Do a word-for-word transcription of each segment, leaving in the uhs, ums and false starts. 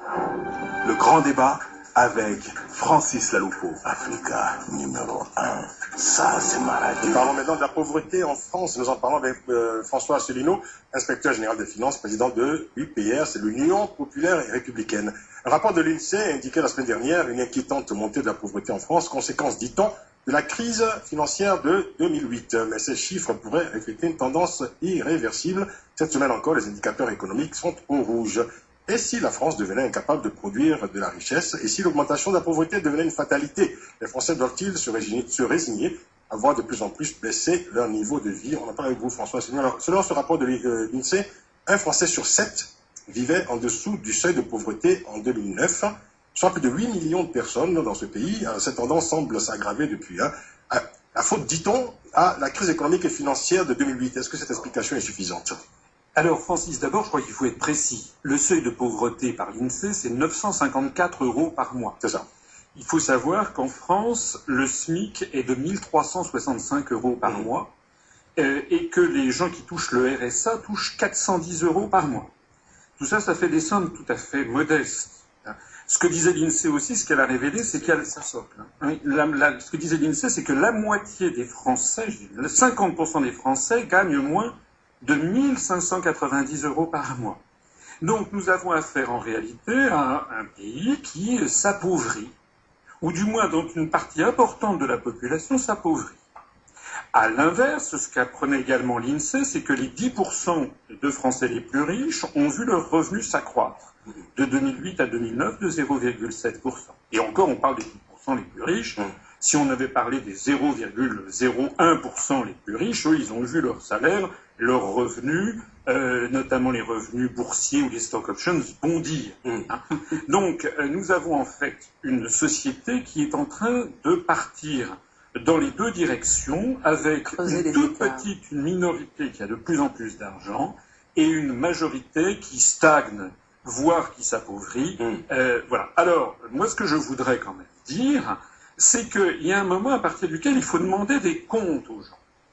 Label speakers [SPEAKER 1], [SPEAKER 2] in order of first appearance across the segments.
[SPEAKER 1] Le grand débat avec Francis Laloupeau.
[SPEAKER 2] Africa numéro un, ça c'est ma radio.
[SPEAKER 3] Nous parlons maintenant de la pauvreté en France. Nous en parlons avec euh, François Asselineau, inspecteur général des finances, président de l'U P R, c'est l'Union populaire et républicaine. Un rapport de l'INSEE indiquait la semaine dernière une inquiétante montée de la pauvreté en France, conséquence, dit-on, de la crise financière de deux mille huit. Mais ces chiffres pourraient refléter une tendance irréversible. Cette semaine encore, les indicateurs économiques sont au rouge. Et si la France devenait incapable de produire de la richesse, et si l'augmentation de la pauvreté devenait une fatalité, les Français doivent-ils se résigner, se résigner à voir de plus en plus baisser leur niveau de vie? On en parle avec vous, François. Alors, selon ce rapport de l'INSEE, un Français sur sept vivait en dessous du seuil de pauvreté en deux mille neuf, soit plus de huit millions de personnes dans ce pays. Cette tendance semble s'aggraver depuis. Hein. La faute, dit-on, à la crise économique et financière de deux mille huit. Est-ce que cette explication est suffisante?
[SPEAKER 4] Alors, Francis, d'abord, je crois qu'il faut être précis. Le seuil de pauvreté par l'INSEE, c'est neuf cent cinquante-quatre euros par mois.
[SPEAKER 3] C'est ça.
[SPEAKER 4] Il faut savoir qu'en France, le SMIC est de mille trois cent soixante-cinq euros par mmh. mois euh, et que les gens qui touchent le R S A touchent quatre cent dix euros par mois. Tout ça, ça fait des sommes tout à fait modestes. Ce que disait l'INSEE aussi, ce qu'elle a révélé, c'est qu'elle... Ça socle. Hein. La, la, ce que disait l'INSEE, c'est que la moitié des Français, je dis, cinquante pour cent des Français gagnent moins de mille cinq cent quatre-vingt-dix euros par mois. Donc nous avons affaire en réalité à un pays qui s'appauvrit, ou du moins dont une partie importante de la population s'appauvrit. À l'inverse, ce qu'apprenait également l'INSEE, c'est que les dix pour cent de Français les plus riches ont vu leurs revenus s'accroître de deux mille huit à deux mille neuf de zéro virgule sept pour cent. Et encore, on parle des dix pour cent les plus riches. Si on avait parlé des zéro virgule zéro un pour cent les plus riches, eux, ils ont vu leur salaire, leurs revenus, euh, notamment les revenus boursiers ou les stock options, bondir. Mmh. Hein. Donc, euh, nous avons en fait une société qui est en train de partir dans les deux directions, avec Creuser une toute états. petite une minorité qui a de plus en plus d'argent et une majorité qui stagne, voire qui s'appauvrit. Mmh. Euh, voilà. Alors, moi, ce que je voudrais quand même dire, c'est qu'il y a un moment à partir duquel il faut demander des comptes aux gens.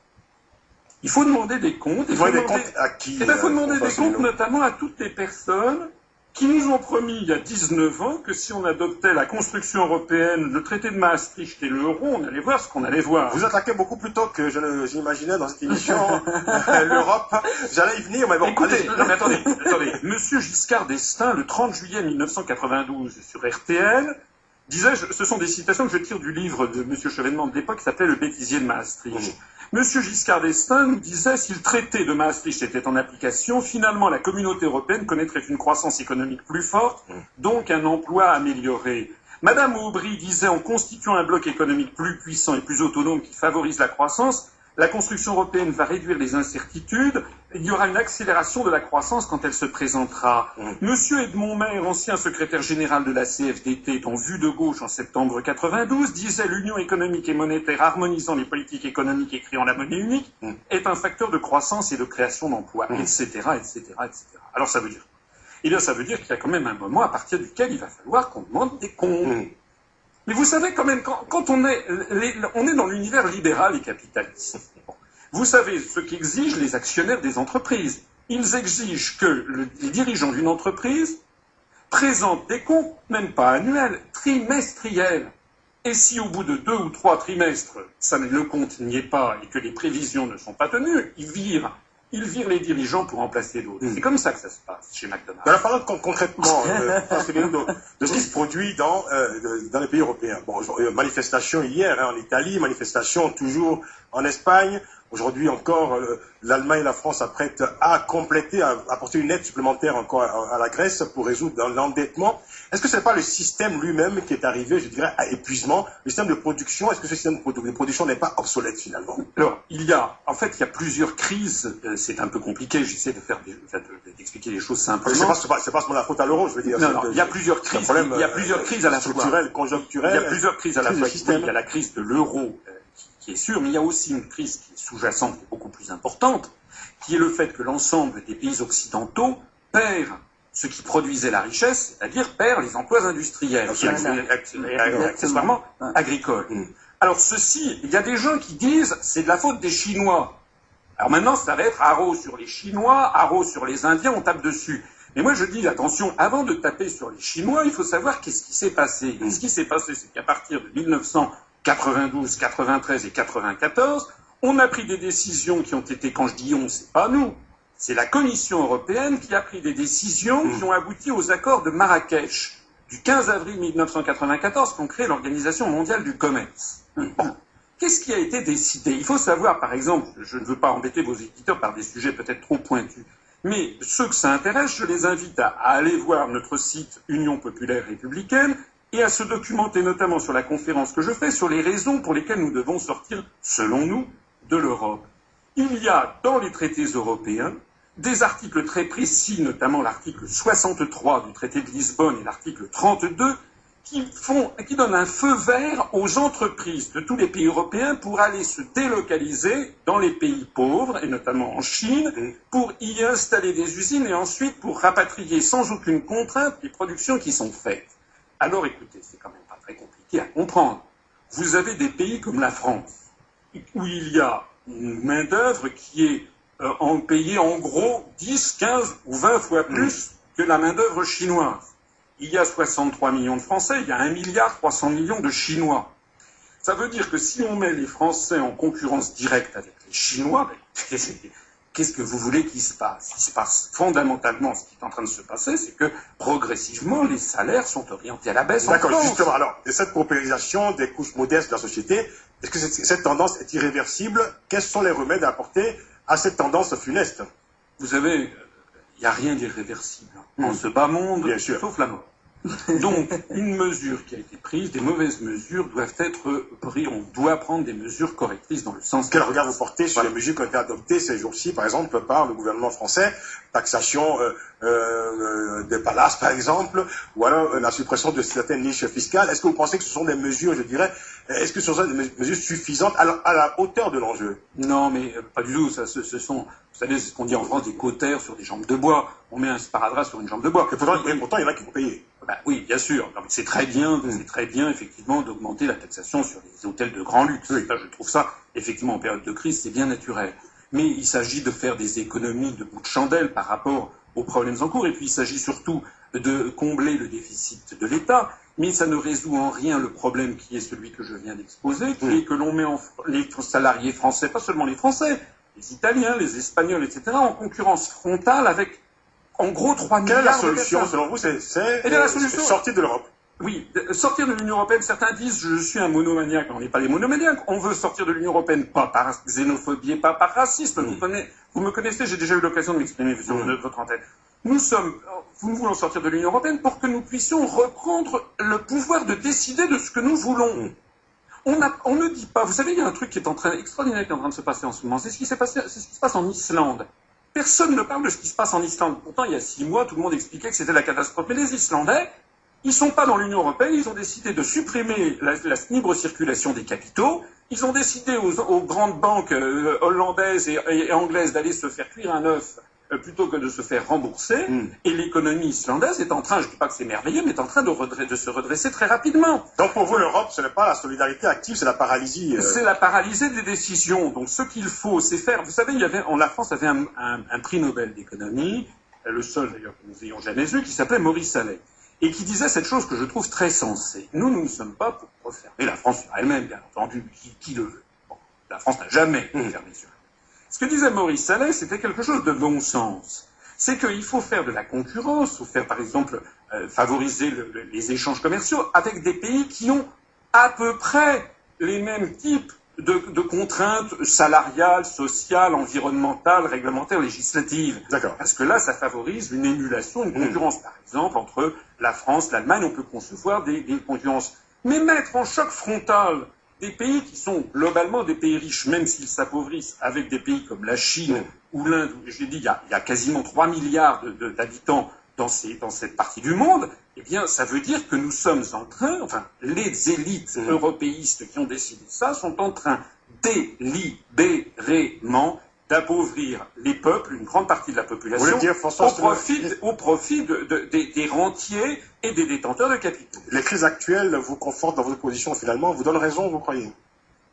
[SPEAKER 4] Il faut demander des comptes.
[SPEAKER 3] Il faut demander des comptes à qui?
[SPEAKER 4] Il faut demander des comptes notamment à toutes les personnes qui nous ont promis il y a dix-neuf ans que si on adoptait la construction européenne, le traité de Maastricht et l'euro, on allait voir ce qu'on allait voir.
[SPEAKER 3] Vous attaquez beaucoup plus tôt que je n'imaginais dans cette émission l'Europe. J'allais y venir, mais bon.
[SPEAKER 4] Écoutez, allez. non mais attendez, attendez. Monsieur Giscard d'Estaing, le trente juillet mille neuf cent quatre-vingt-douze, sur R T L, disait, ce sont des citations que je tire du livre de Monsieur Chevènement de l'époque qui s'appelait Le bêtisier de Maastricht. Mmh. Monsieur Giscard d'Estaing nous disait, si le traité de Maastricht était en application, finalement la communauté européenne connaîtrait une croissance économique plus forte, mmh. donc un emploi amélioré. Madame Aubry disait, en constituant un bloc économique plus puissant et plus autonome qui favorise la croissance, la construction européenne va réduire les incertitudes, il y aura une accélération de la croissance quand elle se présentera. Mmh. Monsieur Edmond Maire, ancien secrétaire général de la C F D T, en vue de gauche en septembre quatre-vingt-douze, disait l'union économique et monétaire harmonisant les politiques économiques et créant la monnaie unique mmh. est un facteur de croissance et de création d'emplois, mmh. et cetera, et cetera, et cetera. Alors ça veut dire Eh bien ça veut dire qu'il y a quand même un moment à partir duquel il va falloir qu'on demande des comptes. Mmh. Mais vous savez quand même, quand, quand on, est, les, on est dans l'univers libéral et capitaliste, vous savez ce qu'exigent les actionnaires des entreprises. Ils exigent que le, les dirigeants d'une entreprise présentent des comptes, même pas annuels, trimestriels. Et si au bout de deux ou trois trimestres, ça, le compte n'y est pas et que les prévisions ne sont pas tenues, ils virent. Ils virent les dirigeants pour remplacer d'autres. Mmh. C'est comme ça que ça se passe chez McDonald's.
[SPEAKER 3] Alors, parlons con concrètement euh, de, de ce qui se produit dans, euh, dans les pays européens. Bon, euh, manifestation hier hein, en Italie, manifestation toujours en Espagne. Aujourd'hui encore, euh, l'Allemagne et la France s'apprêtent à compléter, à apporter une aide supplémentaire encore à, à la Grèce pour résoudre l'endettement. Est-ce que ce n'est pas le système lui-même qui est arrivé, je dirais, à épuisement? Le système de production, est-ce que ce système de production n'est pas obsolète finalement?
[SPEAKER 4] Alors, il y a, en fait, il y a plusieurs crises. Euh, c'est un peu compliqué, j'essaie de faire, d'expliquer les choses simplement.
[SPEAKER 3] C'est pas, c'est pas seulement la faute à l'euro, je veux dire.
[SPEAKER 4] Non, non, il y a plusieurs crises.
[SPEAKER 3] Problème,
[SPEAKER 4] il y a plusieurs crises à la fois.
[SPEAKER 3] Structurelles, conjoncturelles.
[SPEAKER 4] Il y a plusieurs crises à la fois. Il y a la crise de l'euro, euh, qui, qui est sûre, mais il y a aussi une crise qui est sous-jacente, qui est beaucoup plus importante, qui est le fait que l'ensemble des pays occidentaux perd ce qui produisait la richesse, c'est-à-dire perd les emplois industriels, qui accessoirement agricoles. Mm. Alors ceci, il y a des gens qui disent c'est de la faute des Chinois. Alors maintenant, ça va être haro sur les Chinois, haro sur les Indiens, on tape dessus. Mais moi, je dis, attention, avant de taper sur les Chinois, il faut savoir qu'est-ce qui s'est passé. Et ce qui s'est passé, c'est qu'à partir de mille neuf cent quatre-vingt-douze, quatre-vingt-treize et quatre-vingt-quatorze, on a pris des décisions qui ont été, quand je dis on, c'est pas nous, c'est la Commission européenne qui a pris des décisions qui ont abouti aux accords de Marrakech du quinze avril mille neuf cent quatre-vingt-quatorze qui ont créé l'Organisation mondiale du commerce. Bon. Qu'est-ce qui a été décidé? Il faut savoir, par exemple, je ne veux pas embêter vos éditeurs par des sujets peut-être trop pointus, mais ceux que ça intéresse, je les invite à, à aller voir notre site Union populaire républicaine et à se documenter notamment sur la conférence que je fais sur les raisons pour lesquelles nous devons sortir, selon nous, de l'Europe. Il y a dans les traités européens des articles très précis, notamment l'article soixante-trois du traité de Lisbonne et l'article trente-deux, qui font, qui donnent un feu vert aux entreprises de tous les pays européens pour aller se délocaliser dans les pays pauvres, et notamment en Chine, pour y installer des usines et ensuite pour rapatrier sans aucune contrainte les productions qui sont faites. Alors écoutez, c'est quand même pas très compliqué à comprendre. Vous avez des pays comme la France, où il y a une main-d'œuvre qui est euh, en, payée en gros dix, quinze ou vingt fois plus que la main-d'œuvre chinoise. Il y a soixante-trois millions de Français, il y a un milliard trois cents millions de Chinois. Ça veut dire que si on met les Français en concurrence directe avec les Chinois, ben, qu'est-ce que vous voulez qu'il se passe? Il se passe fondamentalement, ce qui est en train de se passer, c'est que progressivement, les salaires sont orientés à la baisse en France.
[SPEAKER 3] D'accord, justement. Alors, de cette paupérisation des couches modestes de la société, est-ce que cette, cette tendance est irréversible? Quels sont les remèdes à apporter à cette tendance funeste?
[SPEAKER 4] Vous savez, il n'y a rien d'irréversible en ce bas monde,
[SPEAKER 3] bien sûr,
[SPEAKER 4] sauf la mort. Donc, une mesure qui a été prise, des mauvaises mesures doivent être prises. On doit prendre des mesures correctrices dans le sens...
[SPEAKER 3] Quel regard vous portez sur voilà. les mesures qui ont été adoptées ces jours-ci, par exemple, par le gouvernement français, taxation euh, euh, des palaces, par exemple, ou alors euh, la suppression de certaines niches fiscales? Est-ce que vous pensez que ce sont des mesures, je dirais, est-ce que ce sont des mesures suffisantes à la, à la hauteur de l'enjeu?
[SPEAKER 4] Non, mais euh, pas du tout. Ça, ce, ce sont, vous savez, c'est ce qu'on dit en France, des cautères sur des jambes de bois. On met un sparadrap sur une jambe de bois.
[SPEAKER 3] Et pourtant, et pourtant il y en a qui vont payer.
[SPEAKER 4] Ben oui, bien sûr. C'est très bien, mmh. c'est très bien, effectivement, d'augmenter la taxation sur les hôtels de grand luxe. Oui. Ça, je trouve ça, effectivement, en période de crise, c'est bien naturel. Mais il s'agit de faire des économies de bout de chandelle par rapport aux problèmes en cours. Et puis, il s'agit surtout de combler le déficit de l'État. Mais ça ne résout en rien le problème qui est celui que je viens d'exposer, qui mmh. est que l'on met en, les salariés français, pas seulement les Français, les Italiens, les Espagnols, et cetera, en concurrence frontale avec en gros trois milliards.
[SPEAKER 3] Quelle est la solution, selon vous? C'est sortir de l'Europe.
[SPEAKER 4] Oui, sortir de l'Union européenne. Certains disent je suis un monomaniaque. On n'est pas les monomaniaques. On veut sortir de l'Union européenne, pas par xénophobie, pas par racisme. Mmh. Vous, connaissez, vous me connaissez, j'ai déjà eu l'occasion de m'exprimer sur mmh. votre antenne. Nous sommes, nous voulons sortir de l'Union européenne pour que nous puissions reprendre le pouvoir de décider de ce que nous voulons. Mmh. On, a, on ne dit pas, vous savez, il y a un truc qui est en train, extraordinaire qui est en train de se passer en ce moment. C'est ce qui s'est passé, c'est ce qui se passe en Islande. Personne ne parle de ce qui se passe en Islande. Pourtant, il y a six mois, tout le monde expliquait que c'était la catastrophe. Mais les Islandais, ils sont pas dans l'Union européenne, ils ont décidé de supprimer la, la libre circulation des capitaux. Ils ont décidé aux, aux grandes banques euh, hollandaises et, et anglaises d'aller se faire cuire un œuf euh, plutôt que de se faire rembourser. Mm. Et l'économie islandaise est en train, je ne dis pas que c'est merveilleux, mais est en train de, redre de se redresser très rapidement.
[SPEAKER 3] Donc pour vous, l'Europe, ce n'est pas la solidarité active, c'est la paralysie. Euh...
[SPEAKER 4] C'est la paralysie des décisions. Donc ce qu'il faut, c'est faire... Vous savez, il y avait, en la France avait un, un, un prix Nobel d'économie, le seul d'ailleurs que nous ayons jamais eu, qui s'appelait Maurice Allais, et qui disait cette chose que je trouve très sensée. Nous, nous ne sommes pas pour refermer la France sur elle-même, bien entendu, qui, qui le veut. Bon, la France n'a jamais mmh. fermé sur elle. Ce que disait Maurice Allais, c'était quelque chose de bon sens. C'est qu'il faut faire de la concurrence, ou faire, par exemple, euh, favoriser le, le, les échanges commerciaux avec des pays qui ont à peu près les mêmes types de, de contraintes salariales, sociales, environnementales, réglementaires, législatives.
[SPEAKER 3] D'accord.
[SPEAKER 4] Parce que là, ça favorise une émulation, une concurrence. Mmh. Par exemple, entre la France, l'Allemagne, on peut concevoir des, des concurrences. Mais mettre en choc frontal des pays qui sont globalement des pays riches, même s'ils s'appauvrissent, avec des pays comme la Chine mmh. ou l'Inde, où j'ai dit, il y, a, il y a quasiment trois milliards d'habitants dans, ces, dans cette partie du monde, eh bien, ça veut dire que nous sommes en train, enfin, les élites mmh. européistes qui ont décidé ça sont en train délibérément d'appauvrir les peuples, une grande partie de la population,
[SPEAKER 3] dire, François,
[SPEAKER 4] au profit, au profit de, de, de, des rentiers et des détenteurs de capitaux.
[SPEAKER 3] Les crises actuelles vous confortent dans votre position finalement, vous donnent raison, vous croyez?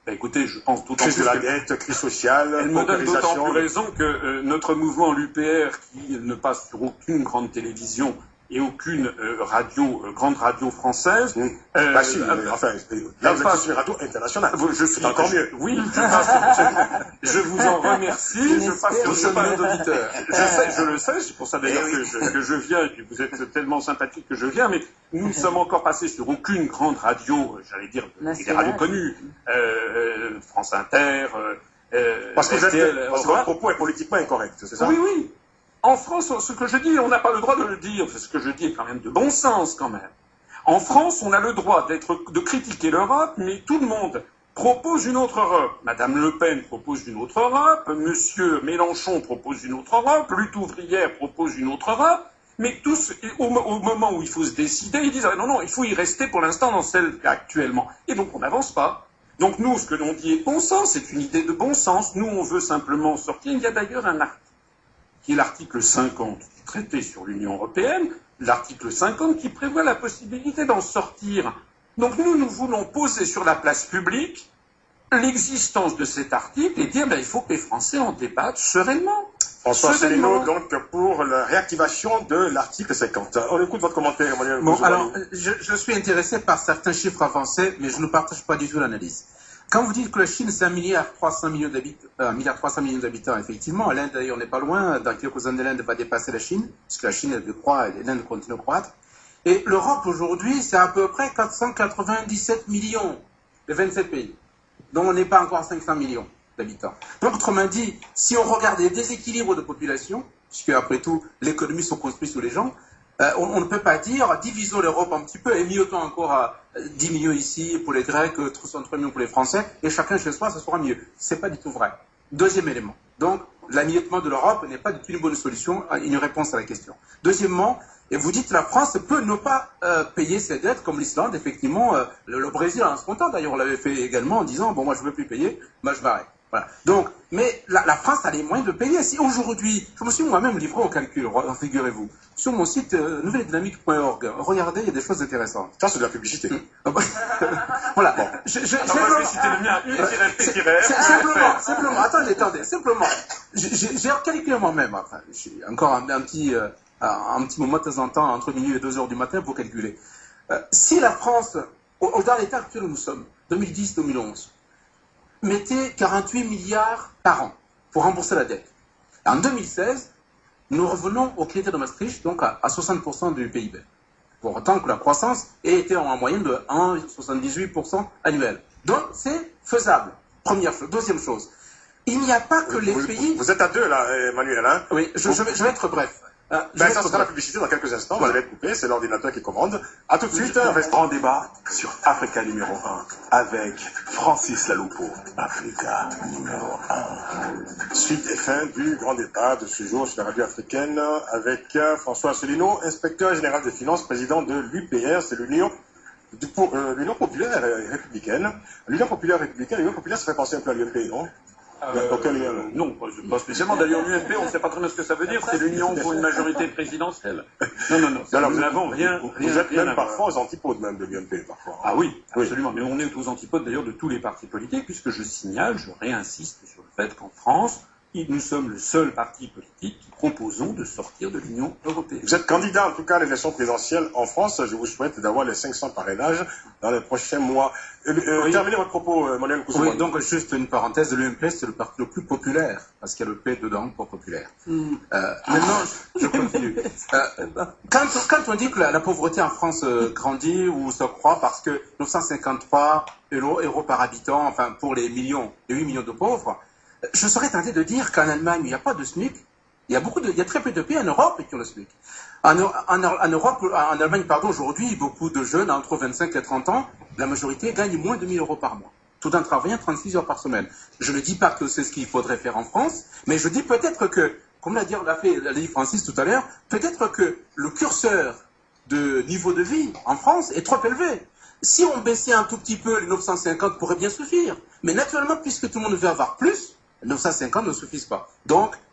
[SPEAKER 4] Ben écoutez, je pense d'autant
[SPEAKER 3] Crise
[SPEAKER 4] plus
[SPEAKER 3] de la
[SPEAKER 4] que-
[SPEAKER 3] dette, crise sociale,
[SPEAKER 4] Elle me donne d'autant
[SPEAKER 3] paupérisation.
[SPEAKER 4] plus raison que euh, notre mouvement, l'U P R, qui ne passe sur aucune grande télévision et aucune euh, radio, euh, grande radio française,
[SPEAKER 3] Mmh.
[SPEAKER 4] euh,
[SPEAKER 3] Bah si,
[SPEAKER 4] euh,
[SPEAKER 3] euh, enfin, là vous êtes
[SPEAKER 4] passe-
[SPEAKER 3] sur une radio internationale.
[SPEAKER 4] je suis
[SPEAKER 3] C'est encore mieux.
[SPEAKER 4] Oui, je, passe- je, je vous en remercie. Je passe sur
[SPEAKER 5] Nous sommes
[SPEAKER 4] je passe-
[SPEAKER 5] nos auditeurs.
[SPEAKER 4] Je, sais, je le sais, c'est pour ça d'ailleurs
[SPEAKER 3] Eh
[SPEAKER 4] que, je, que je viens, et puis vous êtes tellement sympathique que je viens, mais nous ne sommes encore passés sur aucune grande radio, euh, j'allais dire, des
[SPEAKER 5] Nationale.
[SPEAKER 4] radios connues, euh, euh, France Inter, euh, euh,
[SPEAKER 3] Parce que, vous
[SPEAKER 4] R T L,
[SPEAKER 3] êtes, parce que
[SPEAKER 4] voilà.
[SPEAKER 3] votre propos est politiquement incorrect, c'est ça?
[SPEAKER 4] Oui, oui. En France, ce que je dis, on n'a pas le droit de le dire. Ce que je dis est quand même de bon sens, quand même. En France, on a le droit d'être, de critiquer l'Europe, mais tout le monde propose une autre Europe. Madame Le Pen propose une autre Europe, Monsieur Mélenchon propose une autre Europe, Lutte ouvrière propose une autre Europe, mais tous, au, au moment où il faut se décider, ils disent ah, non, non, il faut y rester pour l'instant dans celle actuellement. Et donc on n'avance pas. Donc nous, ce que l'on dit est bon sens, c'est une idée de bon sens. Nous, on veut simplement sortir. Il y a d'ailleurs un article, qui est l'article cinquante du traité sur l'Union européenne, l'article cinquante qui prévoit la possibilité d'en sortir. Donc nous, nous voulons poser sur la place publique l'existence de cet article et dire ben, il faut que les Français en débattent sereinement.
[SPEAKER 3] François
[SPEAKER 4] Sereinement.
[SPEAKER 3] Asselineau, donc, pour la réactivation de l'article cinquante. On écoute votre commentaire, Emmanuel.
[SPEAKER 5] Bon,
[SPEAKER 3] Kouzoubani.
[SPEAKER 5] alors, je, je suis intéressé par certains chiffres avancés, mais je ne partage pas du tout l'analyse. Quand vous dites que la Chine, c'est un milliard trois cents millions d'habitants, euh, un milliard trois cents millions d'habitants, effectivement, l'Inde, d'ailleurs, n'est pas loin. Dans quelques années, l'Inde va dépasser la Chine, puisque la Chine, elle croît et l'Inde continue de croître. Et l'Europe, aujourd'hui, c'est à peu près quatre cent quatre-vingt-dix-sept millions de vingt-sept pays, dont on n'est pas encore à cinq cents millions d'habitants. Donc, autrement dit, si on regarde les déséquilibres de population, puisque après tout, l'économie se construit sous les gens, euh, on, on ne peut pas dire divisons l'Europe un petit peu et mieux-temps encore à dix millions ici pour les Grecs, soixante-trois millions pour les Français, et chacun chez soi, ce sera mieux. C'est pas du tout vrai. Deuxième élément. Donc, l'amiétement de l'Europe n'est pas du tout une bonne solution, une réponse à la question. Deuxièmement, et vous dites que la France peut ne pas euh, payer ses dettes comme l'Islande, effectivement, euh, le, le Brésil en ce moment, d'ailleurs, on l'avait fait également en disant, bon, moi je ne veux plus payer, moi je m'arrête. Voilà. Donc, mais la, la France a les moyens de payer. Si aujourd'hui, je me suis moi-même livré au calcul, figurez-vous, sur mon site euh, nouvelle dynamique point org, regardez, il y a des choses intéressantes.
[SPEAKER 3] Ça, c'est de la publicité.
[SPEAKER 5] Voilà.
[SPEAKER 3] Bon.
[SPEAKER 5] Je, je,
[SPEAKER 4] Alors, moi, je vais citer le mien, U P R.
[SPEAKER 5] C'est- Simplement, simplement, attendez, attendez, simplement, j'ai j'ai recalculé moi-même, enfin, j'ai encore un, un petit, euh, un, un petit moment de temps en temps, entre minuit et deux heures du matin pour calculer. Euh, si la France, au, au- dans l'état actuel où nous sommes, deux mille dix deux mille onze, mettait quarante-huit milliards par an pour rembourser la dette. En deux mille seize, nous revenons au critère de Maastricht, donc à, à soixante pour cent du P I B. Pour autant que la croissance ait été en moyenne de un virgule soixante-dix-huit pour cent annuel. Donc c'est faisable. Première chose. Deuxième chose, il n'y a pas que les
[SPEAKER 3] vous,
[SPEAKER 5] pays...
[SPEAKER 3] vous êtes à deux, là, Emmanuel, hein?
[SPEAKER 5] Oui, je, je vais, je vais être bref. Euh, je
[SPEAKER 3] Ben,
[SPEAKER 5] vais
[SPEAKER 3] ça
[SPEAKER 5] être
[SPEAKER 3] sera la
[SPEAKER 5] bref.
[SPEAKER 3] publicité dans quelques instants.
[SPEAKER 5] Voilà.
[SPEAKER 3] Vous allez être coupé, c'est l'ordinateur qui commande. À tout de suite. hein, restez-
[SPEAKER 1] Grand débat sur Africa numéro un avec Francis Laloupo.
[SPEAKER 2] Africa numéro un.
[SPEAKER 3] Suite et fin du grand débat de ce jour sur la radio africaine avec euh, François Asselineau, inspecteur général des finances, président de l'U P R, c'est l'Union du- pour, euh, l'Union populaire et républicaine. L'Union populaire républicaine, l'Union populaire, ça fait penser un peu à l'U M P, non? Il y a aucun lien, là.
[SPEAKER 4] non, pas, pas spécialement. D'ailleurs, l'U M P, on ne sait pas très bien ce que ça veut dire. C'est l'Union pour une majorité présidentielle. Non, non, non. Ça,
[SPEAKER 3] Alors,
[SPEAKER 4] nous
[SPEAKER 3] vous-
[SPEAKER 4] n'avons rien,
[SPEAKER 3] Vous,
[SPEAKER 4] rien,
[SPEAKER 3] vous êtes
[SPEAKER 4] rien
[SPEAKER 3] même
[SPEAKER 4] à voir.
[SPEAKER 3] parfois aux antipodes même de l'U M P, parfois.
[SPEAKER 4] Ah oui,
[SPEAKER 3] Oui.
[SPEAKER 4] absolument. Mais on est aux antipodes d'ailleurs de tous les partis politiques, puisque je signale, je réinsiste sur le fait qu'en France, nous sommes le seul parti politique qui proposons de sortir de l'Union européenne.
[SPEAKER 3] Vous êtes candidat, en tout cas, à l'élection présidentielle en France. Je vous souhaite d'avoir les cinq cents parrainages dans les prochains mois. Euh, euh,
[SPEAKER 5] Oui.
[SPEAKER 3] Terminez votre propos, euh, Emmanuel Kouzoubani.
[SPEAKER 5] Oui, donc juste une parenthèse, l'U M P, c'est le parti le plus populaire, parce qu'il y a le P dedans pour populaire. Euh, maintenant, je, je continue. Euh, quand, quand on dit que la, la pauvreté en France euh, grandit ou se croît parce que neuf cent cinquante-trois euros, euros par habitant, enfin pour les millions, les huit millions de pauvres, je serais tenté de dire qu'en Allemagne, il n'y a pas de SMIC. Il y a beaucoup de, il y a très peu de pays en Europe qui ont le SMIC. En, en, en Europe, en Allemagne, pardon, aujourd'hui, beaucoup de jeunes entre vingt-cinq et trente ans, la majorité gagne moins de mille euros par mois, tout en travaillant trente-six heures par semaine. Je ne dis pas que c'est ce qu'il faudrait faire en France, mais je dis peut-être que, comme l'a dit, l'a fait, l'a dit Francis tout à l'heure, peut-être que le curseur de niveau de vie en France est trop élevé. Si on baissait un tout petit peu, les neuf cent cinquante pourrait bien suffire. Mais naturellement, puisque tout le monde veut avoir plus, neuf cent cinquante ne suffisent pas. Donc,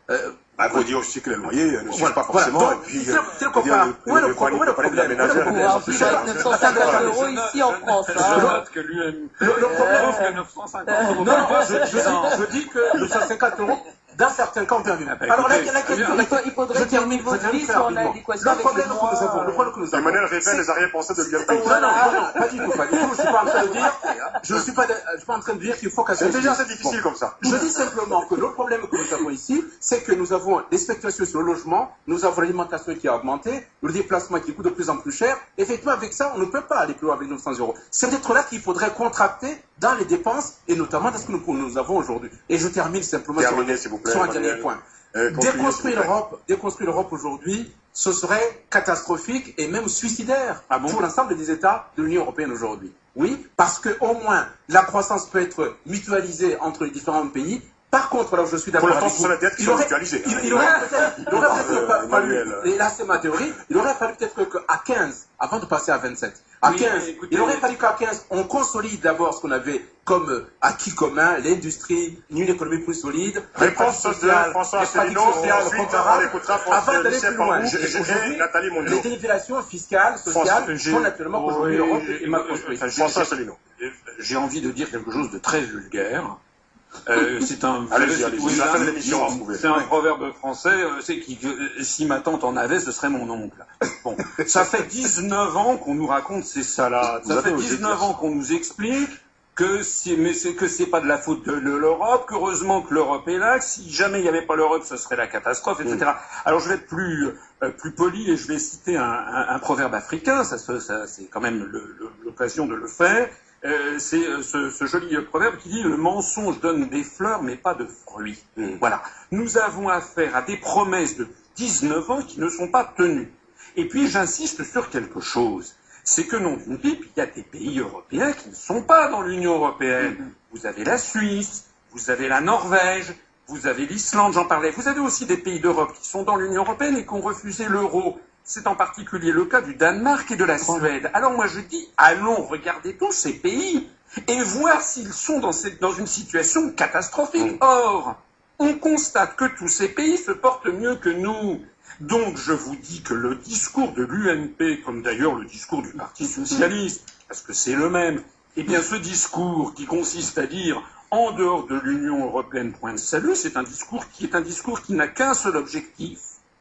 [SPEAKER 5] Euh,
[SPEAKER 3] Il faut dire aussi que les loyers ne suivent
[SPEAKER 5] voilà,
[SPEAKER 3] pas forcément.
[SPEAKER 5] voilà.
[SPEAKER 3] Et puis,
[SPEAKER 5] Donc,
[SPEAKER 3] euh,
[SPEAKER 5] c'est le compare. Où est le problème? Où est le problème?
[SPEAKER 6] Pouvoir vivre avec neuf cent cinquante euros ici en France.
[SPEAKER 4] Je
[SPEAKER 6] Hein.
[SPEAKER 4] note que l'U M P
[SPEAKER 5] Le- le problème-
[SPEAKER 4] offre que neuf cent cinquante euros.
[SPEAKER 5] Non, non, je, je, dis, je dis que neuf cent cinquante euros, dans certains cas, on peut en vivre.
[SPEAKER 4] Ah bah,
[SPEAKER 5] Alors la,
[SPEAKER 4] écoutez,
[SPEAKER 5] la question,
[SPEAKER 6] Il, faut, il faudrait
[SPEAKER 5] je
[SPEAKER 6] qu'il y ait un
[SPEAKER 5] termine,
[SPEAKER 6] niveau
[SPEAKER 5] je
[SPEAKER 6] de
[SPEAKER 5] termine
[SPEAKER 6] vie
[SPEAKER 5] très
[SPEAKER 6] soit en
[SPEAKER 5] rapidement.
[SPEAKER 6] adéquation
[SPEAKER 5] Le
[SPEAKER 6] avec les
[SPEAKER 5] problème que nous avons, le
[SPEAKER 6] mois.
[SPEAKER 5] problème que nous avons.
[SPEAKER 3] Emmanuel révèle les arrière-pensées de l'U M P.
[SPEAKER 5] Non, non, non, non, pas du tout, pas du tout. Je suis pas en train de dire, je ne suis pas, je suis pas en train de dire qu'il faut casser.
[SPEAKER 3] C'est déjà assez difficile comme ça.
[SPEAKER 5] Je dis simplement que le problème que nous avons ici, c'est que nous avons des spéculations sur le logement, nous avons l'alimentation qui a augmenté, le déplacement qui coûte de plus en plus cher. Effectivement, avec ça, on ne peut pas aller plus loin avec neuf cents euros. C'est peut-être là qu'il faudrait contracter dans les dépenses et notamment dans ce que nous, nous avons aujourd'hui. Et je termine simplement
[SPEAKER 3] Terminez,
[SPEAKER 5] sur,
[SPEAKER 3] s'il vous plaît,
[SPEAKER 5] sur un
[SPEAKER 3] Emmanuel.
[SPEAKER 5] dernier point.
[SPEAKER 3] Euh, concluez,
[SPEAKER 5] Déconstruire
[SPEAKER 3] s'il vous plaît.
[SPEAKER 5] l'Europe, déconstruire l'Europe aujourd'hui, ce serait catastrophique et même suicidaire
[SPEAKER 4] Ah bon
[SPEAKER 5] pour l'ensemble des États de l'Union européenne aujourd'hui. Oui, parce que au moins la croissance peut être mutualisée entre les différents pays. Par contre, alors je suis d'accord
[SPEAKER 3] Pour l'instant,
[SPEAKER 5] avec
[SPEAKER 3] ce sont
[SPEAKER 5] vous,
[SPEAKER 3] les dettes qui
[SPEAKER 5] il
[SPEAKER 3] sont
[SPEAKER 5] aurait-
[SPEAKER 3] mutualisées.
[SPEAKER 5] il, il aurait peut-être, il aurait peut-être
[SPEAKER 3] Euh,
[SPEAKER 5] pas fallu,
[SPEAKER 3] Emmanuel.
[SPEAKER 5] et là c'est ma théorie, il aurait fallu peut-être qu'à quinze, avant de passer à vingt-sept, à
[SPEAKER 4] Oui,
[SPEAKER 5] quinze,
[SPEAKER 4] mais écoutez-
[SPEAKER 5] il aurait fallu qu'à quinze, on consolide d'abord ce qu'on avait comme euh, acquis commun, l'industrie, une économie plus solide, les
[SPEAKER 3] Réponse
[SPEAKER 5] pratiques
[SPEAKER 3] de
[SPEAKER 5] sociales,
[SPEAKER 3] François
[SPEAKER 5] les pratiques
[SPEAKER 3] Asselineau,
[SPEAKER 5] sociales
[SPEAKER 3] ensuite,
[SPEAKER 5] comparables,
[SPEAKER 3] on écoutera
[SPEAKER 5] avant
[SPEAKER 3] François
[SPEAKER 5] d'aller
[SPEAKER 3] Lucien
[SPEAKER 5] plus loin.
[SPEAKER 3] Pambou
[SPEAKER 5] Je-
[SPEAKER 3] et
[SPEAKER 5] Aujourd'hui,
[SPEAKER 3] Nathalie Mondiaux.
[SPEAKER 5] les dénivellations fiscales, sociales
[SPEAKER 4] François, j'ai-
[SPEAKER 5] font naturellement qu'aujourd'hui
[SPEAKER 4] Oui,
[SPEAKER 5] l'Europe
[SPEAKER 4] j'ai-
[SPEAKER 5] est mal construite.
[SPEAKER 4] enfin, j'ai-
[SPEAKER 3] François Asselineau.
[SPEAKER 4] J'ai envie de dire quelque chose de très vulgaire. Euh, c'est un,
[SPEAKER 3] Allez-y, allez-y,
[SPEAKER 4] oui,
[SPEAKER 3] c'est la fin de
[SPEAKER 4] un-
[SPEAKER 3] l'émission, hein, vous pouvez.
[SPEAKER 4] c'est un proverbe français, euh, c'est qui, que, si ma tante en avait, ce serait mon oncle. Bon, ça fait dix-neuf ans qu'on nous raconte ces salades.
[SPEAKER 3] Vous
[SPEAKER 4] Ça
[SPEAKER 3] avez
[SPEAKER 4] fait
[SPEAKER 3] osé
[SPEAKER 4] dix-neuf
[SPEAKER 3] dire
[SPEAKER 4] ans qu'on nous explique que c'est, mais c'est que c'est pas de la faute de l'Europe, qu'heureusement que l'Europe est là, que si jamais il n'y avait pas l'Europe, ce serait la catastrophe, et cetera. Alors je vais être plus euh, plus poli et je vais citer un, un, un proverbe africain. Ça, se- ça c'est quand même le- le- l'occasion de le faire. Euh, c'est euh, ce, ce joli euh, proverbe qui dit « Le mensonge donne des fleurs, mais pas de fruits
[SPEAKER 3] Mm.
[SPEAKER 4] Voilà. Nous avons affaire à des promesses de dix-neuf ans qui ne sont pas tenues. Et puis, j'insiste sur quelque chose. C'est que, non d'une pipe, il y a des pays européens qui ne sont pas dans l'Union européenne. Vous avez la Suisse, vous avez la Norvège, vous avez l'Islande, j'en parlais. Vous avez aussi des pays d'Europe qui sont dans l'Union européenne et qui ont refusé l'euro. C'est en particulier le cas du Danemark et de la Suède. Alors moi je dis, allons regarder tous ces pays et voir s'ils sont dans, cette, dans une situation catastrophique. Or, on constate que tous ces pays se portent mieux que nous. Donc je vous dis que le discours de l'U M P, comme d'ailleurs le discours du Parti Socialiste, parce que c'est le même, eh bien ce discours qui consiste à dire en dehors de l'Union européenne, point de salut, c'est un discours qui est un discours qui n'a qu'un seul objectif,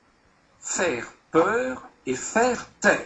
[SPEAKER 4] faire peur et faire taire.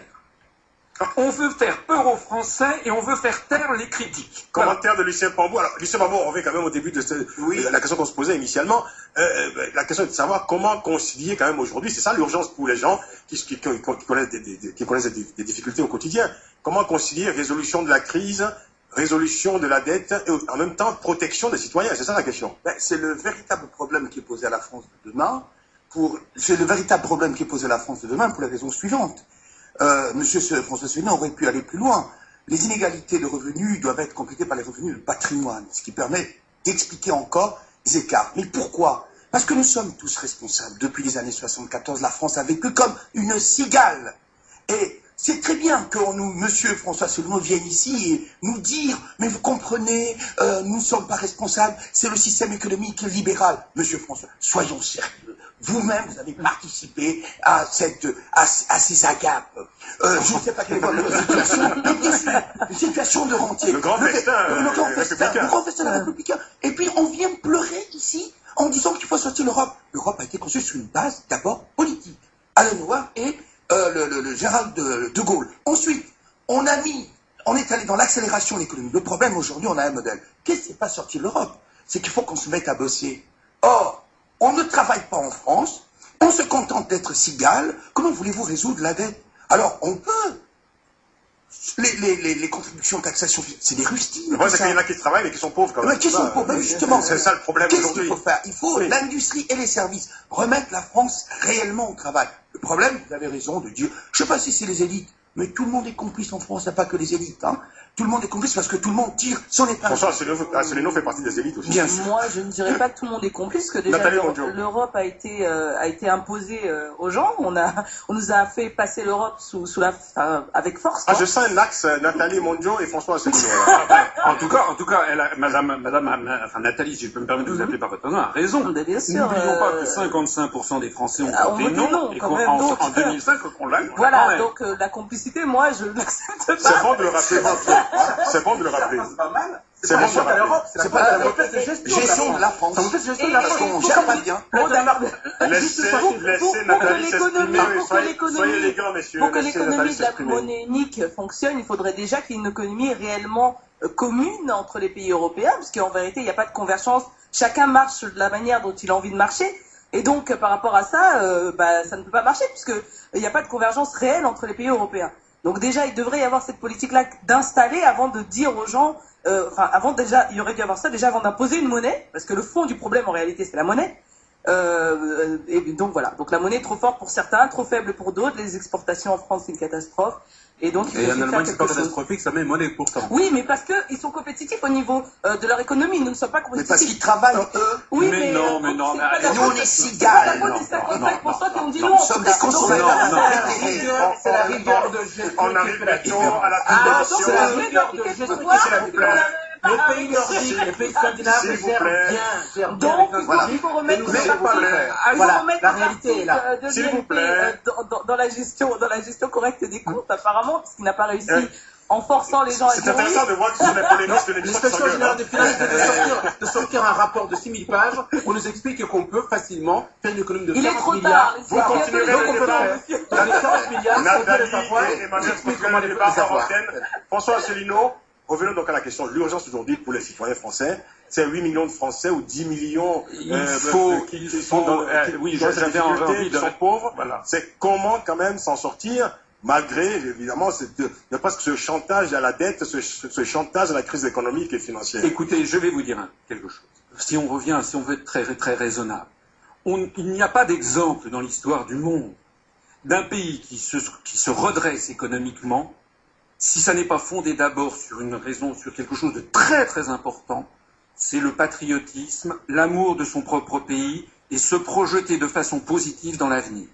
[SPEAKER 4] On veut faire peur aux Français et on veut faire taire les critiques. Voilà.
[SPEAKER 3] Commentaire de Lucien Pambou. Alors, Lucien Pambou, on revient quand même au début de, ce, de la question qu'on se posait initialement. Euh, euh, la question est de savoir comment concilier quand même aujourd'hui. C'est ça l'urgence pour les gens qui, qui, qui, qui connaissent, des, des, qui connaissent des, des difficultés au quotidien. Comment concilier résolution de la crise, résolution de la dette et en même temps protection des citoyens. C'est ça la question.
[SPEAKER 2] Ben, c'est le véritable problème qui est posé à la France de demain. Pour, c'est le véritable problème qui est posé à la France de demain pour les raisons suivantes. Euh, Monsieur François Asselineau aurait pu aller plus loin. Les inégalités de revenus doivent être complétées par les revenus de patrimoine, ce qui permet d'expliquer encore les écarts. Mais pourquoi? Parce que nous sommes tous responsables. Depuis les années soixante-quatorze, la France a vécu comme une cigale. Et c'est très bien que nous, Monsieur François Asselineau vienne ici et nous dire, mais vous comprenez, euh, nous ne sommes pas responsables, c'est le système économique libéral. Monsieur François, soyons sérieux. Vous-même, vous avez participé à, cette, à, à ces agapes. Euh, je ne sais pas quelle est votre situation, mais bien sûr, une situation de rentier.
[SPEAKER 3] Le grand festin,
[SPEAKER 2] le, le grand
[SPEAKER 3] euh,
[SPEAKER 2] festin,
[SPEAKER 3] républicain.
[SPEAKER 2] le grand festin républicain. Et puis, on vient pleurer ici en disant qu'il faut sortir l'Europe. L'Europe a été construite sur une base d'abord politique. Alain Noir et euh, le, le, le Gérald de, de Gaulle. Ensuite, on a mis, on est allé dans l'accélération de l'économie. Le problème aujourd'hui, on a un modèle. Qu'est-ce qui n'est pas sorti de l'Europe? C'est qu'il faut qu'on se mette à bosser. Or, on ne travaille pas en France, on se contente d'être cigale. Comment voulez-vous résoudre la dette? Alors, on peut. Les, les, les, les contributions de taxation, c'est des rustines.
[SPEAKER 3] Le problème, c'est qu'il y en a qui travaillent mais qui sont pauvres quand même.
[SPEAKER 2] Mais qui sont pauvres, justement.
[SPEAKER 3] C'est ça le problème
[SPEAKER 2] Qu'est-ce
[SPEAKER 3] aujourd'hui.
[SPEAKER 2] qu'il faut faire? Il faut
[SPEAKER 3] Oui.
[SPEAKER 2] l'industrie et les services. Remettre la France réellement au travail. Le problème, vous avez raison de dire, je ne sais pas si c'est les élites, mais tout le monde est complice en France, il n'y a pas que les élites. Hein. tout le monde est complice parce que tout le monde tire son épingle.
[SPEAKER 3] François Asselineau fait partie des élites aussi.
[SPEAKER 2] Bien sûr.
[SPEAKER 6] Moi, je ne dirais pas que tout le monde est complice, parce que déjà l'Europe a été euh, a été imposée euh, aux gens. On a on nous a fait passer l'Europe sous sous la enfin, avec force.
[SPEAKER 3] Ah, je sens un axe Nathalie Mondiaux et François Asselineau.
[SPEAKER 4] en tout cas, en tout cas, elle a, Madame Madame enfin Nathalie, si je peux me permettre de vous appeler par votre nom, a raison.
[SPEAKER 6] Bien sûr.
[SPEAKER 4] N'oublions
[SPEAKER 6] euh...
[SPEAKER 4] pas que cinquante-cinq pour cent des Français ont
[SPEAKER 6] ah,
[SPEAKER 4] voté non, non et qu'en en, en deux mille cinq, on l'a.
[SPEAKER 6] Voilà, donc euh, la complicité, moi, je ne l'accepte pas.
[SPEAKER 3] C'est bon de le rappeler. C'est bon de le rappeler.
[SPEAKER 5] C'est pas mal.
[SPEAKER 3] C'est bon de le rappeler.
[SPEAKER 2] C'est pas la mauvaise gestion de la France. C'est mauvaise gestion de la France. On gère pas bien.
[SPEAKER 3] Laissez, laissez Nathalie s'exprimer. Soyez élégants, messieurs.
[SPEAKER 6] Pour que l'économie de la monnaie unique fonctionne, il faudrait déjà qu'il y ait une économie réellement commune entre les pays européens, parce qu'en vérité, il n'y a pas de convergence. Chacun marche de la manière dont il a envie de marcher. Et donc, par rapport à ça, euh, bah, ça ne peut pas marcher, puisqu'il n'y a pas de convergence réelle entre les pays européens. Donc déjà, il devrait y avoir cette politique-là d'installer avant de dire aux gens, euh, enfin, avant déjà, il y aurait dû avoir ça, déjà avant d'imposer une monnaie, parce que le fond du problème, en réalité, c'est la monnaie. Euh, et donc voilà, donc la monnaie est trop forte pour certains, trop faible pour d'autres, les exportations en France, c'est une catastrophe. Et donc, il faut
[SPEAKER 5] et en Allemagne, c'est pas catastrophique, ça met monnaie pourtant.
[SPEAKER 6] Oui, mais parce qu'ils sont compétitifs au niveau euh, de leur économie, nous ne sommes pas compétitifs.
[SPEAKER 2] Mais parce qu'ils travaillent, eux.
[SPEAKER 6] Oui,
[SPEAKER 4] mais, mais non, mais non, mais
[SPEAKER 2] nous, on est cigales.
[SPEAKER 6] C'est pas cinquante-cinq pour cent qui ont dit non.
[SPEAKER 2] Nous sommes des consommateurs.
[SPEAKER 5] C'est la rigueur de gestion.
[SPEAKER 3] On arrive maintenant à la conclusion.
[SPEAKER 5] C'est la rigueur de gestion qui fait la différence. Les pays nordiques, les pays scandinaves gèrent bien, gèrent bien.
[SPEAKER 6] Donc, il faut remettre
[SPEAKER 5] voilà, la réalité est là.
[SPEAKER 6] de l'I N P dans la gestion, dans la gestion correcte des comptes, apparemment, parce qu'il n'a pas réussi en forçant les gens à dire oui.
[SPEAKER 3] C'est intéressant de voir que sur les polémiques de l'émission.
[SPEAKER 5] L'inspection générale des finances de sortir, de sortir un rapport de six mille pages où nous explique qu'on peut facilement faire une économie de quarante milliards.
[SPEAKER 6] Vous
[SPEAKER 3] continuerez le débat.
[SPEAKER 5] Dans les quarante milliards, on peut les savoir.
[SPEAKER 3] Nathalie et Emmanuel continueront le débat en antenne. François Asselineau, revenons donc à la question. L'urgence aujourd'hui pour les citoyens français, c'est huit millions de Français ou dix millions
[SPEAKER 4] il faut,
[SPEAKER 3] qui,
[SPEAKER 4] il
[SPEAKER 3] qui
[SPEAKER 4] faut,
[SPEAKER 3] sont dans,
[SPEAKER 4] euh,
[SPEAKER 3] qui,
[SPEAKER 4] oui,
[SPEAKER 3] qui ont
[SPEAKER 4] j'avais envie de
[SPEAKER 3] qui sont pauvres. Voilà. C'est comment quand même s'en sortir malgré, évidemment, de, de presque ce chantage à la dette, ce, ce chantage à la crise économique et financière.
[SPEAKER 4] Écoutez, je vais vous dire quelque chose. Si on revient, si on veut être très, très raisonnable, on, il n'y a pas d'exemple dans l'histoire du monde d'un pays qui se, qui se redresse économiquement si ça n'est pas fondé d'abord sur une raison, sur quelque chose de très très important, c'est le patriotisme, l'amour de son propre pays et se projeter de façon positive dans l'avenir.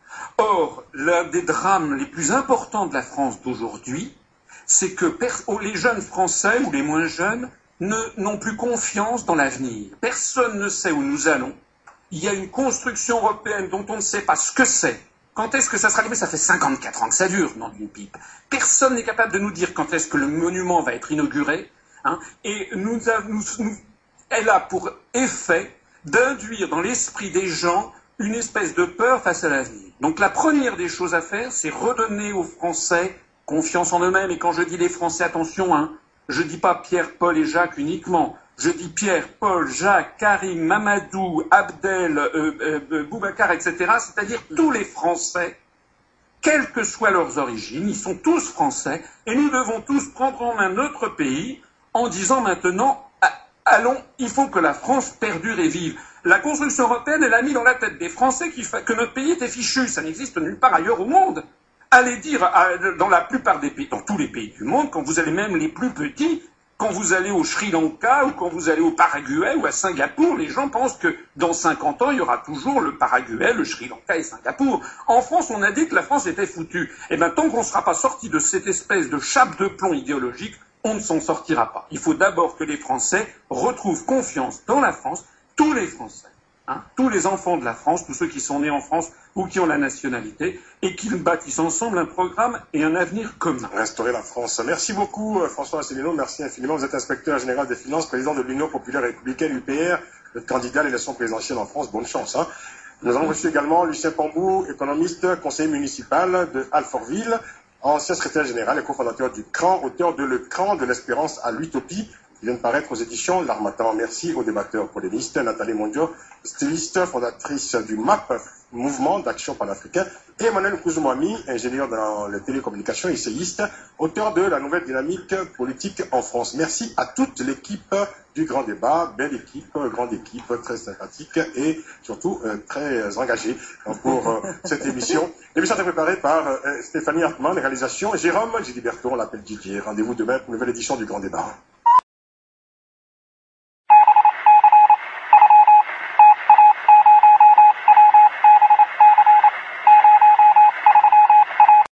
[SPEAKER 4] Or, l'un des drames les plus importants de la France d'aujourd'hui, c'est que les jeunes Français ou les moins jeunes n'ont plus confiance dans l'avenir. Personne ne sait où nous allons. Il y a une construction européenne dont on ne sait pas ce que c'est. Quand est-ce que ça sera livré? Ça fait cinquante-quatre ans que ça dure, nom d'une pipe. Personne n'est capable de nous dire quand est-ce que le monument va être inauguré. Hein, et nous, nous, nous, elle a pour effet d'induire dans l'esprit des gens une espèce de peur face à l'avenir. Donc la première des choses à faire, c'est redonner aux Français confiance en eux-mêmes. Et quand je dis les Français, attention, hein, je ne dis pas Pierre, Paul et Jacques uniquement. Je dis Pierre, Paul, Jacques, Karim, Mamadou, Abdel, euh, euh, Boubacar, et cetera. C'est-à-dire tous les Français, quelles que soient leurs origines, ils sont tous Français. Et nous devons tous prendre en main notre pays en disant maintenant, allons, il faut que la France perdure et vive. La construction européenne, elle a mis dans la tête des Français que notre pays était fichu. Ça n'existe nulle part ailleurs au monde. Allez dire à, dans la plupart des pays, dans tous les pays du monde, quand vous allez même les plus petits, quand vous allez au Sri Lanka ou quand vous allez au Paraguay ou à Singapour, les gens pensent que dans cinquante ans, il y aura toujours le Paraguay, le Sri Lanka et Singapour. En France, on a dit que la France était foutue. Et bien, tant qu'on ne sera pas sorti de cette espèce de chape de plomb idéologique, on ne s'en sortira pas. Il faut d'abord que les Français retrouvent confiance dans la France, tous les Français, hein, tous les enfants de la France, tous ceux qui sont nés en France ou qui ont la nationalité, et qu'ils bâtissent ensemble un programme et un avenir commun.
[SPEAKER 3] Restaurer la France. Merci beaucoup François Asselineau, merci infiniment. Vous êtes inspecteur général des finances, président de l'Union populaire républicaine U P R, le candidat à l'élection présidentielle en France. Bonne chance. Hein. Nous avons reçu également Lucien Pambou, économiste, conseiller municipal de Alfortville, ancien secrétaire général et cofondateur du C R A N, auteur de Le C R A N de l'espérance à l'utopie, qui vient de paraître aux éditions L'Harmattan. Merci aux débatteurs polémistes, Nathalie Mondiaux, styliste, fondatrice du M A P, mouvement d'action panafricain, et Emmanuel Kouzoumoami, ingénieur dans les télécommunications, essayiste, auteur de La nouvelle dynamique politique en France. Merci à toute l'équipe du Grand Débat, belle équipe, grande équipe, très sympathique et surtout euh, très engagée pour euh, cette émission. L'émission est préparée par euh, Stéphanie Hartmann, réalisation Jérôme Gilberto, on l'appelle Didier. Rendez-vous demain pour une nouvelle édition du Grand Débat.